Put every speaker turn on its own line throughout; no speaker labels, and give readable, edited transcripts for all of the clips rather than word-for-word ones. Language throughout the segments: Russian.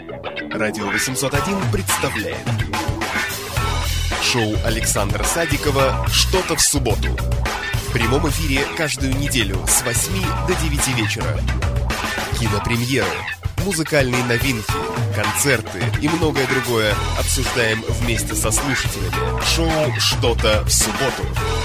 Радио 801 представляет шоу Александра Садикова «Что-то в субботу». В прямом эфире каждую неделю с 8 до 9 вечера. Кинопремьеры, музыкальные новинки, концерты и многое другое обсуждаем вместе со слушателями. Шоу «Что-то в субботу».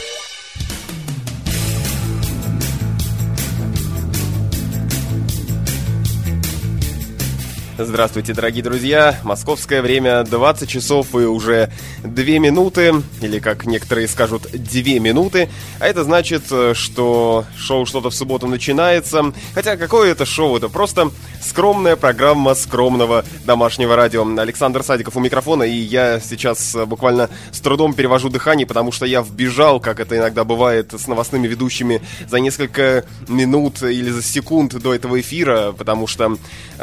Здравствуйте, дорогие друзья. Московское время 20 часов и уже 2 минуты, или, как некоторые скажут, 2 минуты. А это значит, что шоу «Что-то в субботу» начинается. Хотя какое это шоу? Это просто скромная программа скромного домашнего радио. Александр Садиков у микрофона, и я сейчас буквально с трудом перевожу дыхание, потому что я вбежал, как это иногда бывает, с новостными ведущими за несколько минут или за секунд до этого эфира, потому что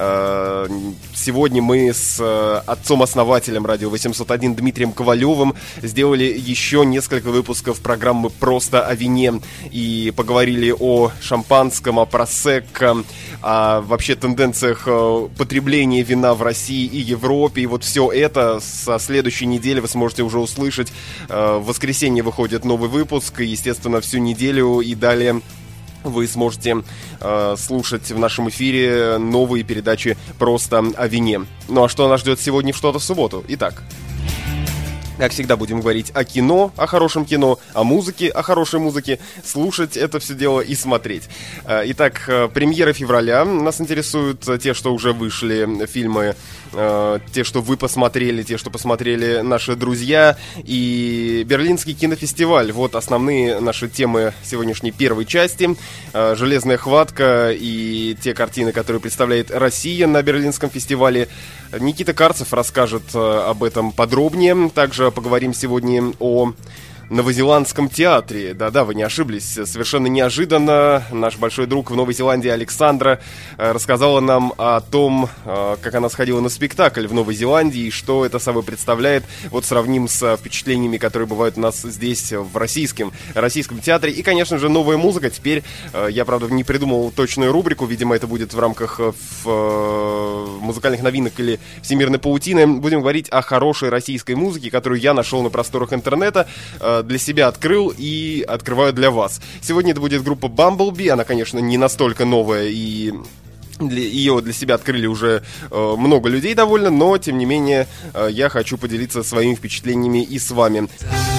сегодня мы с отцом-основателем Радио 801 Дмитрием Ковалевым сделали еще несколько выпусков программы «Просто о вине» и поговорили о шампанском, о просекко, о вообще тенденциях потребления вина в России и Европе. И вот все это со следующей недели вы сможете уже услышать. В воскресенье выходит новый выпуск, и, естественно, всю неделю и далее вы сможете слушать в нашем эфире новые передачи «Просто о вине». Ну а что нас ждет сегодня в «Что-то в субботу»? Итак, как всегда, будем говорить о кино, о хорошем кино, о музыке, о хорошей музыке, слушать это все дело и смотреть. Итак, премьеры февраля. Нас интересуют те, что уже вышли фильмы, те, что вы посмотрели, те, что посмотрели наши друзья, и Берлинский кинофестиваль. Вот основные наши темы сегодняшней первой части. «Железная хватка» и те картины, которые представляет Россия на Берлинском фестивале. Никита Карцев расскажет об этом подробнее. Также поговорим сегодня о Новозеландском театре. Да-да, вы не ошиблись. Совершенно неожиданно наш большой друг в Новой Зеландии Александра рассказала нам о том, как она сходила на спектакль в Новой Зеландии и что это собой представляет. Вот сравним с впечатлениями, которые бывают у нас здесь, в российском театре. И, конечно же, новая музыка. Теперь я, правда, не придумал точную рубрику. Видимо, это будет в рамках музыкальных новинок или всемирной паутины. Будем говорить о хорошей российской музыке, которую я нашел на просторах интернета, для себя открыл и открываю для вас. Сегодня это будет группа Bumblebee. Она, конечно, не настолько новая, и ее для себя открыли уже много людей довольно, но, тем не менее, я хочу поделиться своими впечатлениями и с вами.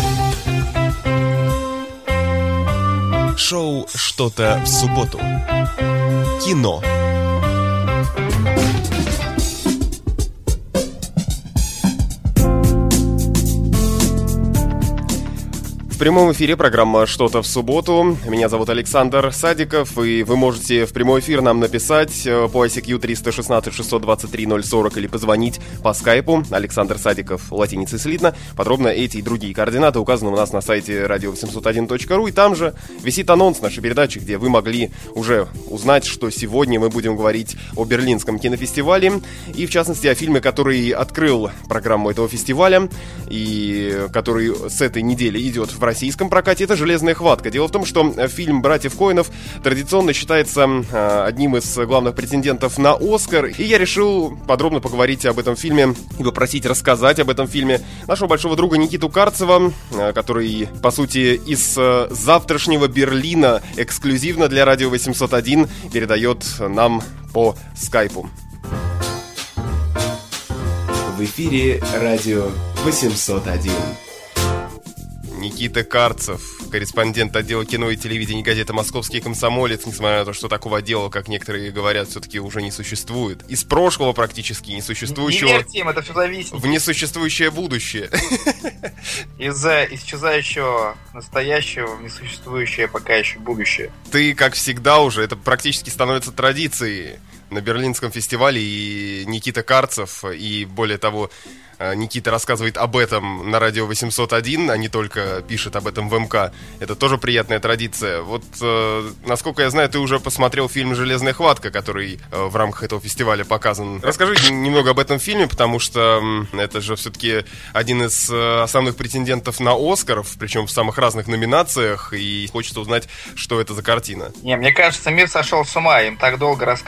Шоу «Что-то в субботу». Кино. В прямом эфире программа «Что-то в субботу». Меня зовут Александр Садиков, и вы можете в прямой эфир нам написать по ICQ 316-623-040 или позвонить по скайпу. Александр Садиков, латиницей слитно. Подробно эти и другие координаты указаны у нас на сайте radio801.ru, и там же висит анонс нашей передачи, где вы могли уже узнать, что сегодня мы будем говорить о Берлинском кинофестивале, и в частности о фильме, который открыл программу этого фестиваля, и который с этой недели идет в российском прокате. Это «Железная хватка». Дело в том, что фильм братьев Коэнов традиционно считается одним из главных претендентов на «Оскар», и я решил подробно поговорить об этом фильме и попросить рассказать об этом фильме нашего большого друга Никиту Карцева, который, по сути, из завтрашнего Берлина эксклюзивно для Радио 801 передает нам по скайпу. В эфире Радио 801. Никита Карцев, корреспондент отдела кино и телевидения газеты «Московский комсомолец», несмотря на то, что такого отдела, как некоторые говорят, все-таки уже не существует. Из прошлого практически несуществующего... Не верьте им, это все зависит. В несуществующее будущее.
Из-за исчезающего настоящего в несуществующее пока еще будущее.
Ты, как всегда уже, это практически становится традицией на Берлинском фестивале, и Никита Карцев, и более того, Никита рассказывает об этом на Радио 801, а не только пишет об этом в МК. Это тоже приятная традиция. Вот, насколько я знаю, ты уже посмотрел фильм «Железная хватка», который в рамках этого фестиваля показан. Расскажи немного об этом фильме, потому что это же все-таки один из основных претендентов на «Оскаров», причем в самых разных номинациях, и хочется узнать, что это за картина.
Не, мне кажется, мир сошел с ума. Им так долго рассказывали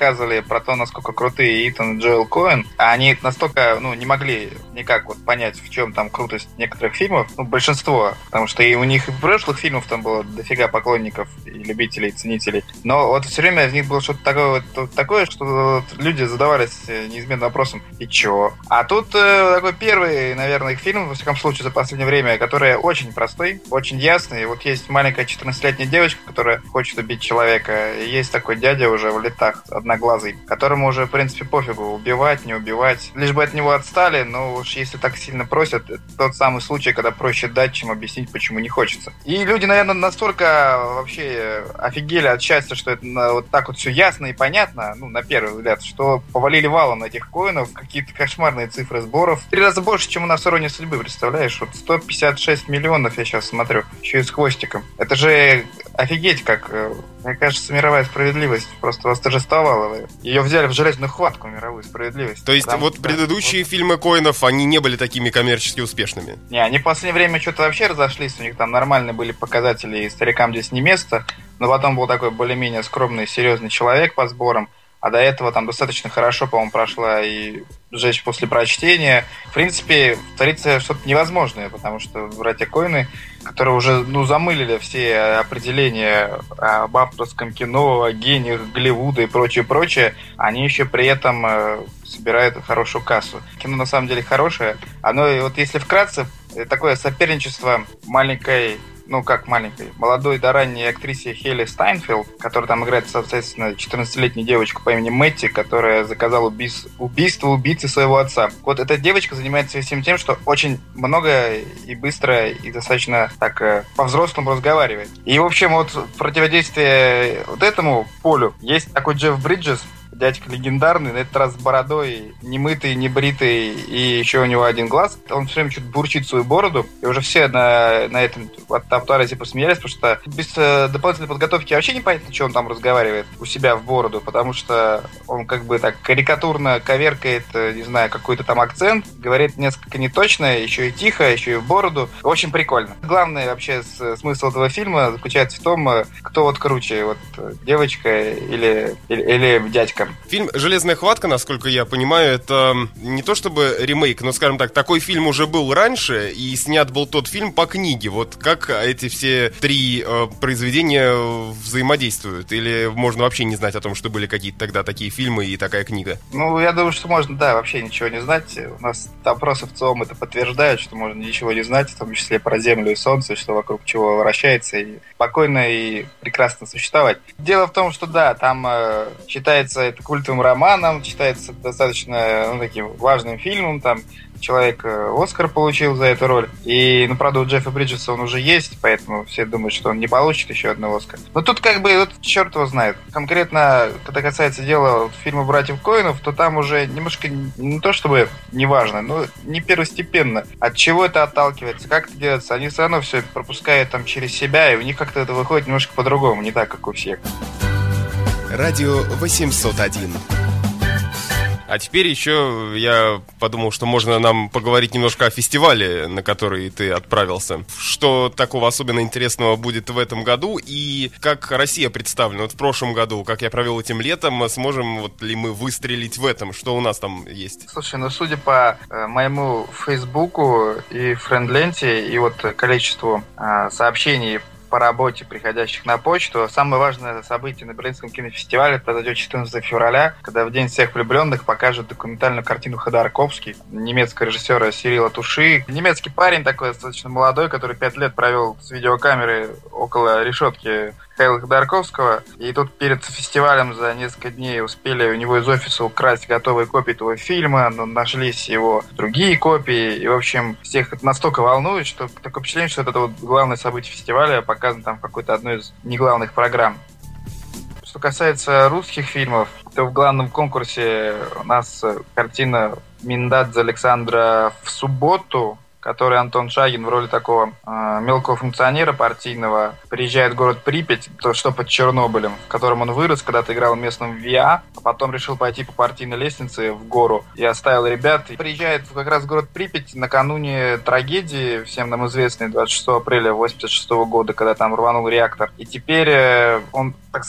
про то, насколько крутые Итан и Джоэл Коэн, а они настолько, не могли никак вот понять, в чем там крутость некоторых фильмов, большинство, потому что и у них и в прошлых фильмах там было дофига поклонников и любителей, и ценителей, но вот все время в них было что-то такое, что люди задавались неизменным вопросом, и чё? А тут такой первый, наверное, их фильм, во всяком случае, за последнее время, который очень простой, очень ясный. Вот есть маленькая 14-летняя девочка, которая хочет убить человека, и есть такой дядя уже в летах, одноглазый, которому уже, в принципе, пофигу, убивать, не убивать. Лишь бы от него отстали, но уж если так сильно просят, это тот самый случай, когда проще дать, чем объяснить, почему не хочется. И люди, наверное, настолько вообще офигели от счастья, что это вот так вот все ясно и понятно, на первый взгляд, что повалили валом на этих Коэнов, какие-то кошмарные цифры сборов. 3 раза больше, чем у нас в «Иронии судьбы», представляешь? Вот 156 миллионов я сейчас смотрю, еще и с хвостиком. Это же офигеть как, мне кажется, мировая справедливость просто восторжествовала. Ее взяли в железную хватку, мировую справедливость.
То есть предыдущие фильмы Коэнов, они не были такими коммерчески успешными?
Не, они в последнее время что-то вообще разошлись, у них там нормальные были показатели, и старикам здесь не место, но потом был такой более-менее скромный, серьезный человек по сборам, а до этого там достаточно хорошо, по-моему, прошла и «Сжечь после прочтения». В принципе, творится что-то невозможное, потому что братья Коэны, которые уже, замылили все определения об авторском кино, о гениях Голливуда и прочее, они еще при этом собирают хорошую кассу. Кино на самом деле хорошее. Оно, вот если вкратце, такое соперничество маленькой, молодой до ранней актрисе Хейли Стайнфелд, которая там играет, соответственно, 14-летнюю девочку по имени Мэтти, которая заказала убийство убийцы своего отца. Вот эта девочка занимается всем тем, что очень много и быстро, и достаточно так по-взрослому разговаривает. И, в общем, вот в противодействие вот этому полю есть такой Джефф Бриджес, дядька легендарный, на этот раз с бородой, немытый, небритый, и еще у него один глаз. Он все время что-то бурчит свою бороду, и уже все на этом автоазе посмеялись, потому что без дополнительной подготовки вообще не понятно, что он там разговаривает у себя в бороду, потому что он как бы так карикатурно коверкает, не знаю, какой-то там акцент, говорит несколько неточно, еще и тихо, еще и в бороду. Очень прикольно. Главный вообще смысл этого фильма заключается в том, кто вот круче, вот девочка или дядька.
Фильм «Железная хватка», насколько я понимаю, это не то чтобы ремейк, но, скажем так, такой фильм уже был раньше, и снят был тот фильм по книге. Вот как эти все 3 произведения взаимодействуют? Или можно вообще не знать о том, что были какие-то тогда такие фильмы и такая книга?
Я думаю, что можно, вообще ничего не знать. У нас опросы в ЦИОМ это подтверждают, что можно ничего не знать, в том числе про Землю и Солнце, что вокруг чего вращается, и спокойно и прекрасно существовать. Дело в том, что там считается это культовым романом, считается достаточно таким важным фильмом, там человек Оскар получил за эту роль. И, правда, у Джеффа Бриджеса он уже есть, поэтому все думают, что он не получит еще одного Оскара. Но тут черт его знает. Конкретно, когда касается дела фильма «Братьев Коэнов», то там уже немножко не то чтобы неважно, но не первостепенно. От чего это отталкивается, как это делается. Они все равно все пропускают там через себя, и у них как-то это выходит немножко по-другому, не так, как у всех.
Радио 801. А теперь еще я подумал, что можно нам поговорить немножко о фестивале, на который ты отправился. Что такого особенно интересного будет в этом году и как Россия представлена? Вот в прошлом году, как я провел этим летом, сможем ли мы выстрелить в этом? Что у нас там есть?
Слушай, судя по моему Фейсбуку и френд-ленте, и количеству сообщений по работе, приходящих на почту. Самое важное событие на Берлинском кинофестивале произойдет 14 февраля, когда в День всех влюбленных покажут документальную картину «Ходорковский» немецкого режиссера Сирила Туши. Немецкий парень такой, достаточно молодой, который 5 лет провел с видеокамерой около решетки Михаила Ходорковского. И тут перед фестивалем за несколько дней успели у него из офиса украсть готовые копии этого фильма, но нашлись его другие копии. И, в общем, всех это настолько волнует, что такое впечатление, что это главное событие фестиваля, показано там в какой-то одной из неглавных программ. Что касается русских фильмов, то в главном конкурсе у нас картина Миндадзе Александра «В субботу», который Антон Шагин в роли такого мелкого функционера партийного приезжает в город Припять, что под Чернобылем, в котором он вырос, когда-то играл местным ВИА, а потом решил пойти по партийной лестнице в гору и оставил ребят. И приезжает как раз в город Припять накануне трагедии, всем нам известной, 26 апреля 1986 года, когда там рванул реактор. И теперь он, так сказать,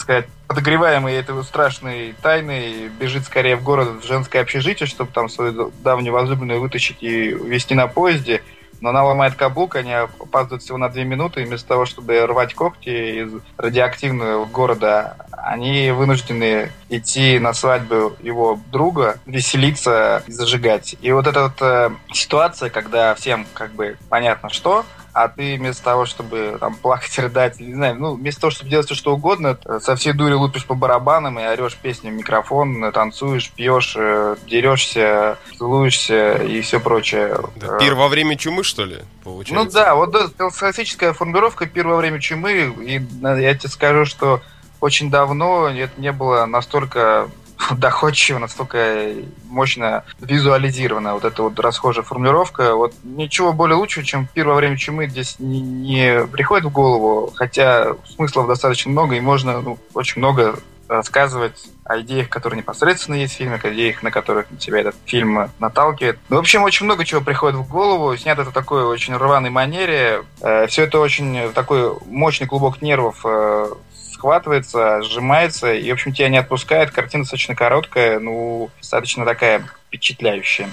подогреваемый этой страшной тайной, бежит скорее в город, в женское общежитие, чтобы там свою давнюю возлюбленную вытащить и везти на поезде. Но она ломает каблук, они опаздывают всего на 2 минуты, и вместо того, чтобы рвать когти из радиоактивного города, они вынуждены идти на свадьбу его друга, веселиться и зажигать. И вот эта вот ситуация, когда всем как бы понятно что, а ты вместо того, чтобы там плакать, рыдать, не знаю, вместо того, чтобы делать все что угодно, со всей дури лупишь по барабанам и орешь песню в микрофон, танцуешь, пьешь, дерешься, целуешься и все прочее.
Да, пир во время чумы, что ли, получается?
Ну да, вот классическая формулировка «пир во время чумы», и я тебе скажу, что очень давно это не было настолько доходчиво, настолько мощно визуализирована вот эта вот расхожая формулировка. Вот ничего более лучшего, чем «пир во время чумы» здесь не приходит в голову, хотя смыслов достаточно много, и можно очень много рассказывать о идеях, которые непосредственно есть в фильме, о идеях, на которых тебя этот фильм наталкивает. В общем, очень много чего приходит в голову. Снято это в такой очень рваной манере. Все это очень такой мощный клубок нервов схватывается, сжимается, и, в общем, тебя не отпускает. Картина достаточно короткая, достаточно такая впечатляющая.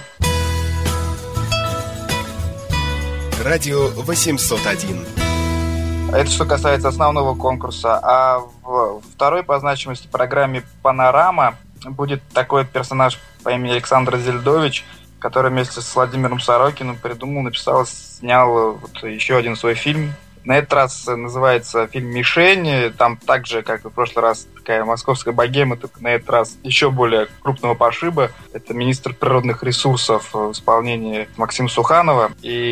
Радио 801.
Это что касается основного конкурса. А в второй по значимости программе «Панорама» будет такой персонаж по имени Александр Зельдович, который вместе с Владимиром Сорокиным придумал, написал, снял еще один свой фильм. На этот раз называется фильм «Мишень». Там так же, как и в прошлый раз, такая московская богема, только на этот раз еще более крупного пошиба. Это министр природных ресурсов в исполнении Максима Суханова.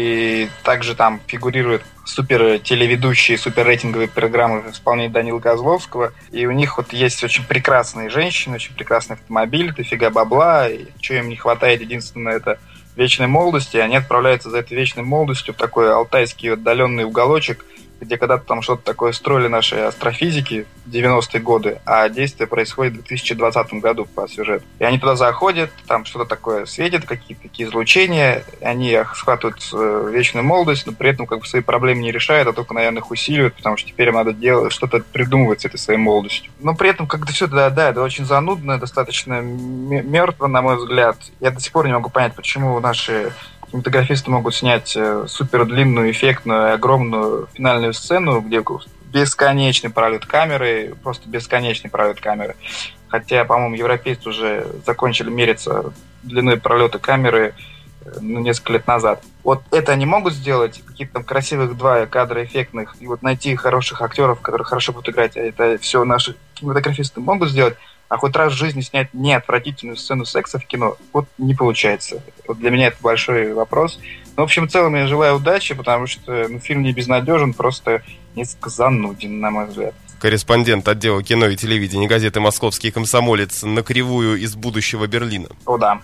И также там фигурирует супер-телеведущие, супер-рейтинговые программы в исполнении Данила Козловского. И у них вот есть очень прекрасные женщины, очень прекрасный автомобиль, дофига бабла. И чего им не хватает, единственное, это вечной молодости, они отправляются за этой вечной молодостью в такой алтайский отдаленный уголочек, где когда-то там что-то такое строили наши астрофизики в 90-е годы, а действие происходит в 2020 году по сюжету. И они туда заходят, там что-то такое светит, какие-то такие излучения, они схватывают вечную молодость, но при этом как бы свои проблемы не решают, а только, наверное, их усиливают, потому что теперь им надо делать, что-то придумывать с этой своей молодостью. Но при этом как-то все это, да, это очень занудно, достаточно мертво, на мой взгляд. Я до сих пор не могу понять, почему наши кинематографисты могут снять супер длинную, эффектную, огромную финальную сцену, где бесконечный пролет камеры, просто бесконечный пролет камеры. Хотя, по-моему, европейцы уже закончили мериться длиной пролета камеры несколько лет назад. Вот это они могут сделать, какие-то там красивых 2 кадра эффектных, и вот найти хороших актеров, которые хорошо будут играть, а это все наши кинематографисты могут сделать. А хоть раз в жизни снять не отвратительную сцену секса в кино, вот не получается. Вот для меня это большой вопрос. Но, в общем, в целом я желаю удачи, потому что фильм не безнадежен, просто несколько зануден, на мой взгляд.
Корреспондент отдела кино и телевидения газеты «Московский комсомолец» на кривую из будущего Берлина.
О, да.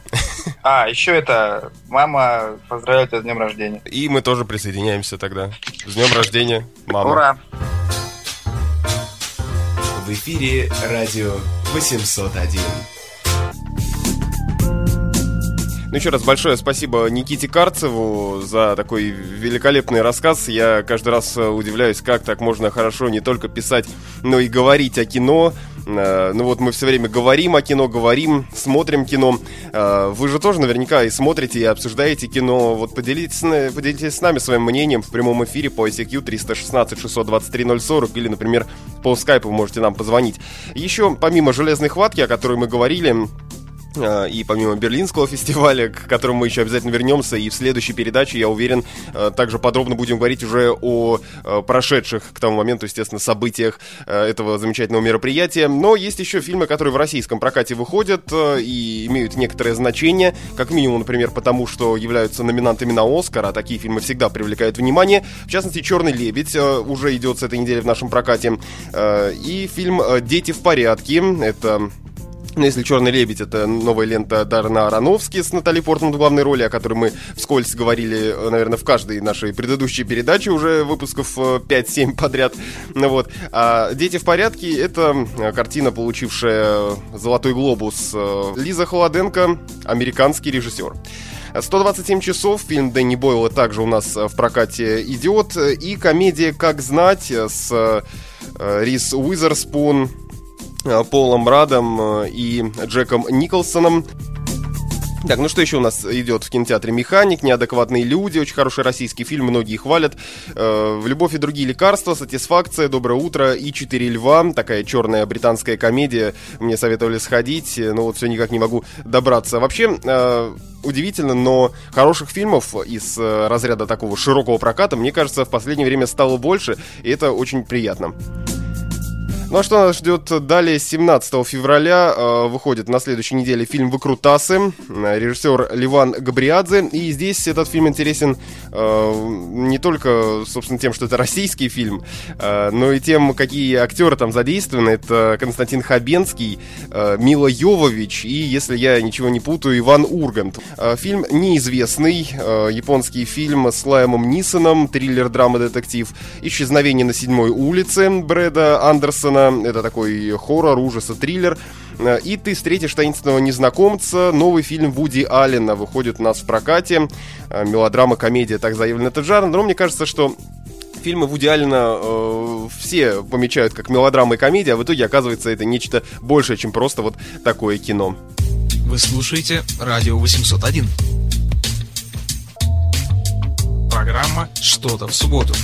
Еще это мама поздравляет тебя с днем рождения.
И мы тоже присоединяемся тогда. С днем рождения, мама.
Ура!
В эфире радио 801.
Еще раз большое спасибо Никите Карцеву за такой великолепный рассказ. Я каждый раз удивляюсь, как так можно хорошо не только писать, но и говорить о кино. Мы все время говорим о кино, смотрим кино. Вы же тоже наверняка и смотрите, и обсуждаете кино. Вот поделитесь с нами своим мнением в прямом эфире по ICQ 316-623-040 или, например, по скайпу можете нам позвонить. Еще помимо «Железной хватки», о которой мы говорили, и помимо Берлинского фестиваля, к которому мы еще обязательно вернемся, и в следующей передаче, я уверен, также подробно будем говорить уже о прошедших к тому моменту, естественно, событиях этого замечательного мероприятия. Но есть еще фильмы, которые в российском прокате выходят и имеют некоторое значение, как минимум, например, потому что являются номинантами на «Оскар», а такие фильмы всегда привлекают внимание. В частности, «Черный лебедь» уже идет с этой недели в нашем прокате. И фильм «Дети в порядке». Это... Если «Черный лебедь» — это новая лента Даррена Аронофски с Натали Портман в главной роли, о которой мы вскользь говорили, наверное, в каждой нашей предыдущей передаче, уже выпусков 5-7 подряд. А «Дети в порядке» — это картина, получившая «Золотой глобус». Лиза Холоденко, американский режиссер. 127 часов, фильм Дэнни Бойла также у нас в прокате идет. И комедия «Как знать» с Риз Уизерспун. Полом Радом и Джеком Николсоном. Так, ну что еще у нас идет в кинотеатре? «Механик», «Неадекватные люди», очень хороший российский фильм, многие хвалят. «Любовь и другие лекарства», «Сатисфакция», «Доброе утро» и «Четыре льва», такая черная британская комедия, мне советовали сходить, но вот все никак не могу добраться. Вообще, удивительно, но хороших фильмов из разряда такого широкого проката, мне кажется, в последнее время стало больше, и это очень приятно. Ну а что нас ждет далее? 17 февраля выходит на следующей неделе фильм «Выкрутасы», режиссер Леван Габриадзе. И здесь этот фильм интересен не только, собственно, тем, что это российский фильм, но и тем, какие актеры там задействованы. Это Константин Хабенский, Мила Йовович и, если я ничего не путаю, Иван Ургант. Фильм неизвестный, японский фильм с Лаймом Нисоном, триллер, драма, детектив. «Исчезновение на 7-й улице» Брэда Андерсона. Это такой хоррор, ужас, триллер. И «Ты встретишь таинственного незнакомца», новый фильм Вуди Аллена, выходит у нас в прокате. Мелодрама, комедия, так заявлен этот жанр. Но мне кажется, что фильмы Вуди Аллена все помечают как мелодрама и комедия, а в итоге оказывается это нечто большее, чем просто вот такое кино.
Вы слушаете Радио 801. Программа «Что-то в субботу».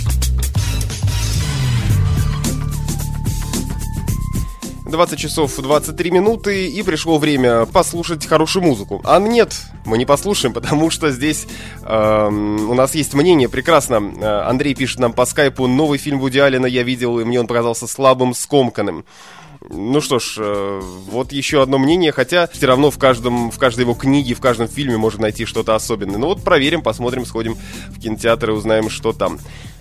20 часов 23 минуты, и пришло время послушать хорошую музыку. А нет, мы не послушаем, потому что здесь у нас есть мнение, прекрасно. Андрей пишет нам по скайпу: новый фильм Вуди Аллена я видел, и мне он показался слабым, скомканным. Ну что ж, вот еще одно мнение, хотя все равно в каждой его книге, в каждом фильме можно найти что-то особенное. Ну вот проверим, посмотрим, сходим в кинотеатр и узнаем, что там.